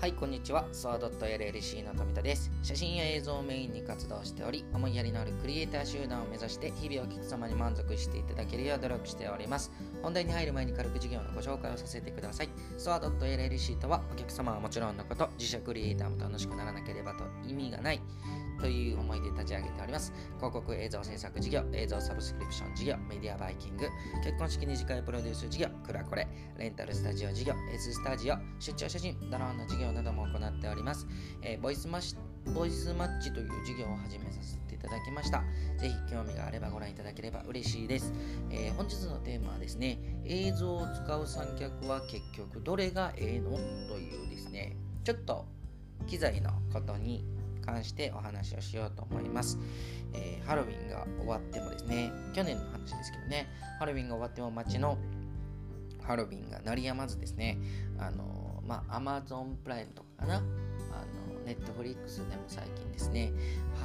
はい、こんにちは。ソアドット LLC の富田です。写真や映像をメインに活動しており、思いやりのあるクリエイター集団を目指して日々お客様に満足していただけるよう努力しております。本題に入る前に軽く事業のご紹介をさせてください。ソアドット LLC とはお客様はもちろんのこと、自社クリエイターも楽しくならなければと意味がないという思いで立ち上げております。広告映像制作事業、映像サブスクリプション事業、メディアバイキング、結婚式二次会プロデュース事業、クラコレ、レンタルスタジオ事業、S スタジオ、出張写真、ドローンの事業なども行っております。ボイスマッチという事業を始めさせていただきました。ぜひ興味があればご覧いただければ嬉しいです。本日のテーマはですね、映像を使う三脚は結局どれがええのというですね、ちょっと機材のことに関してお話をしようと思います。ハロウィンが終わってもですね、去年の話ですけどね、ハロウィンが終わっても街のハロウィンが鳴りやまずですね、Amazon プライムとかかな、Netflix でも最近ですね、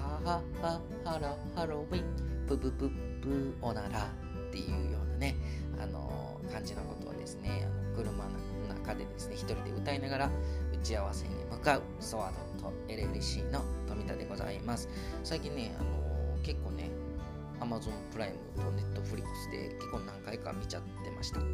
ハロウィン、ププププおならっていうようなね、感じのことをですね、車の中でですね、一人で歌いながら打ち合わせに向かうソワドと LLC の富田でございます。最近ね、結構ね、Amazon プライムと Netflix で結構何回か見ちゃってました。はい。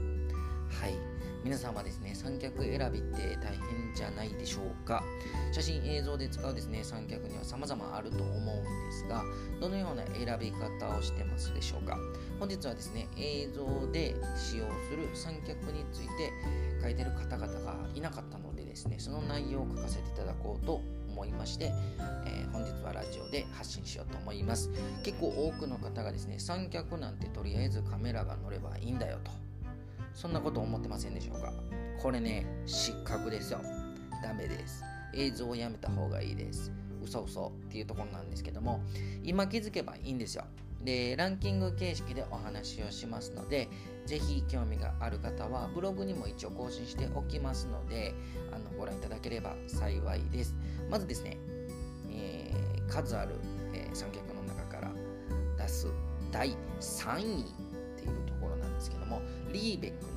皆さんはですね、三脚選びって大変じゃないでしょうか。写真映像で使うですね、三脚には様々あると思うんですが、どのような選び方をしてますでしょうか。本日はですね、映像で使用する三脚について書いてる方々がいなかったのでですね、その内容を書かせていただこうと思いまして、本日はラジオで発信しようと思います。結構多くの方がですね、三脚なんてとりあえずカメラが乗ればいいんだよと、そんなこと思ってませんでしょうか。これね、失格ですよ。ダメです。映像をやめた方がいいです。嘘っていうところなんですけども、今気づけばいいんですよ。で、ランキング形式でお話をしますので、ぜひ興味がある方はブログにも一応更新しておきますので、ご覧いただければ幸いです。まずですね、数ある、三脚の中から出す第3位っていうところなんですけども、リーベックの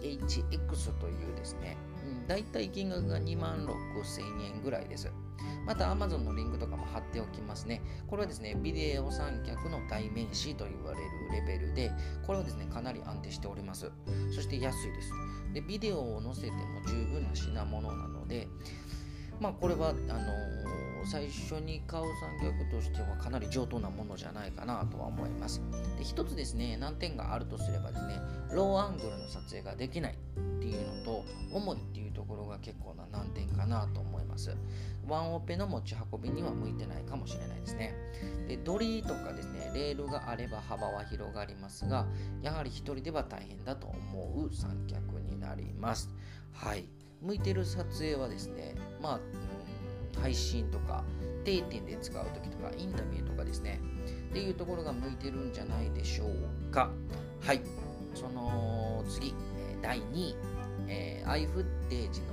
THX というですね、だいたい金額が26,000円ぐらいです。また Amazon のリンクとかも貼っておきますね。これはですね、ビデオ三脚の代名詞と言われるレベルで、これはですね、かなり安定しております。そして安いです。で、ビデオを載せても十分な品物なので、これは最初に買う三脚としてはかなり上等なものじゃないかなとは思います。で、一つですね、難点があるとすればですね、ローアングルの撮影ができないっていうのと、重いっていうところが結構な難点かなと思います。ワンオペの持ち運びには向いてないかもしれないですね。で、ドリーとかですね、レールがあれば幅は広がりますが、やはり一人では大変だと思う三脚になります。はい。向いてる撮影はですね、配信とか定点で使う時とかインタビューとかですねっていうところが向いてるんじゃないでしょうか。はい。その次、第2位、アイフッテージの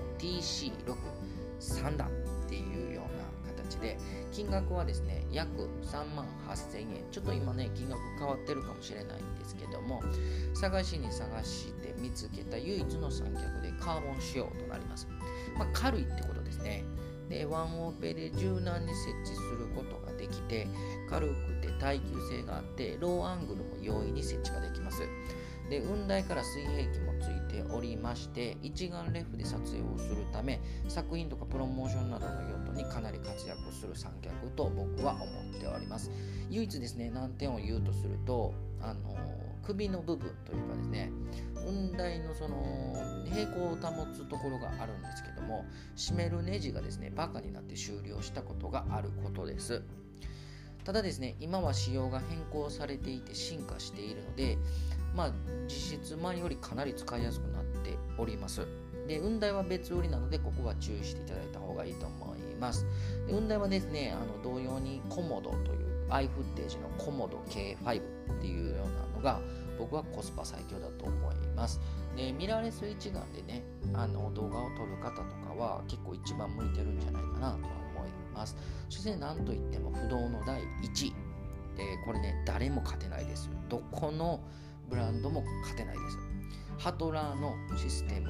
TC6 3段っていうような形で、金額はですね約38,000円。ちょっと今ね金額変わってるかもしれないんですけども、探して見つけた唯一の三脚でカーボン仕様となります。軽いってことですね。で、ワンオペで柔軟に設置することができて、軽くて耐久性があって、ローアングルも容易に設置ができます。で、雲台から水平器もついておりまして、一眼レフで撮影をするため、作品とかプロモーションなどの用途にかなり活躍する三脚と僕は思っております。唯一ですね、難点を言うとすると、首の部分というかですね、雲台のその平行を保つところがあるんですけども、締めるネジがですねバカになって終了したことがあることです。ただですね、今は仕様が変更されていて進化しているので、実質前よりかなり使いやすくなっております。で、雲台は別売りなのでここは注意していただいた方がいいと思います。で、雲台はですね、同様にコモドというアイフッテージのコモド K5 っていうようなのが僕はコスパ最強だと思います。で、ミラーレス一眼でね、動画を撮る方とかは結構一番向いてるんじゃないかなとは思います。そして何といっても不動の第1位。で、これね、誰も勝てないです。どこのブランドも勝てないです。ハトラーのシステム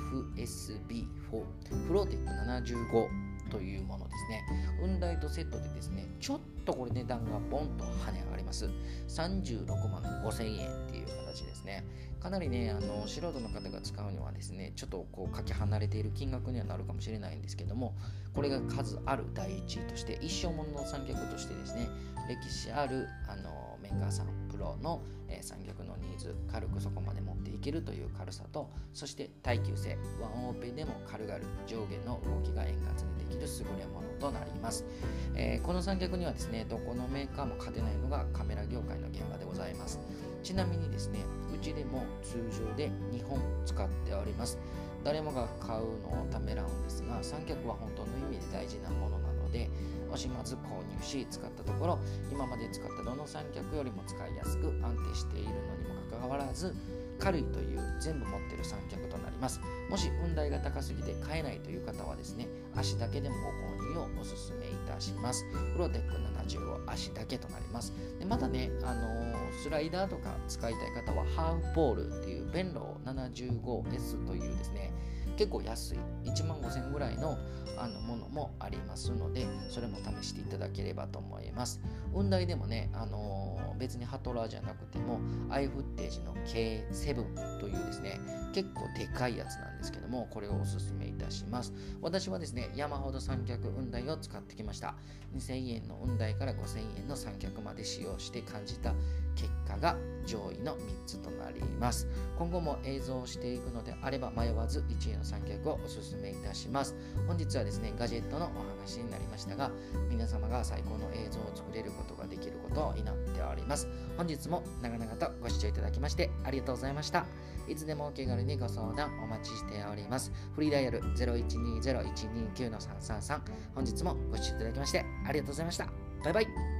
FSB4 フローテック75というものですね。雲台とセットでですね、ちょっとこれ値段がボンと跳ね上がります。36万5千円っていう形ですね。かなりね、素人の方が使うにはですね、ちょっとこうかけ離れている金額にはなるかもしれないんですけども、これが数ある第一位として、一生ものの三脚としてですね、歴史あるメーカーさんプロの、三脚のニーズ、軽くそこまで持っていけるという軽さと、そして耐久性、ワンオペでも軽々上下の動きが円滑にできる優れものとなります。この三脚にはですね、どこのメーカーも勝てないのがカメラ業界の現場でございます。ちなみにですね、うちでも通常で2本使っております。誰もが買うのをためらうんですが、三脚は本当の意味で大事なものなので、惜しまず購入し使ったところ、今まで使ったどの三脚よりも使いやすく安定しているのにもかかわらず、軽いという全部持っている三脚となります。もし運台が高すぎて買えないという方はですね、足だけでもご購入をおすすめいたします。フローテック75足だけとなります。でまたね、スライダーとか使いたい方はハーフポールっていうベンロー 75S というですね、結構安い1万5000円ぐらいのものもありますので、それも試していただければと思います。雲台でもね、別にハトラーじゃなくてもアイフッテージの K7 というですね、結構でかいやつなんですけども、これをおすすめいたします。私はですね、山ほど三脚雲台を使ってきました。2000円の雲台から5000円の三脚まで使用して感じた結果が上位の3つとなります。今後も映像をしていくのであれば迷わず1位の三脚をおすすめいたします。本日はですね、ガジェットのお話になりましたが、皆様が最高の映像を作れることができることを祈っております。本日も長々とご視聴いただきましてありがとうございました。いつでもお気軽にご相談お待ちしております。フリーダイヤル 0120-129-333。本日もご視聴いただきましてありがとうございました。バイバイ。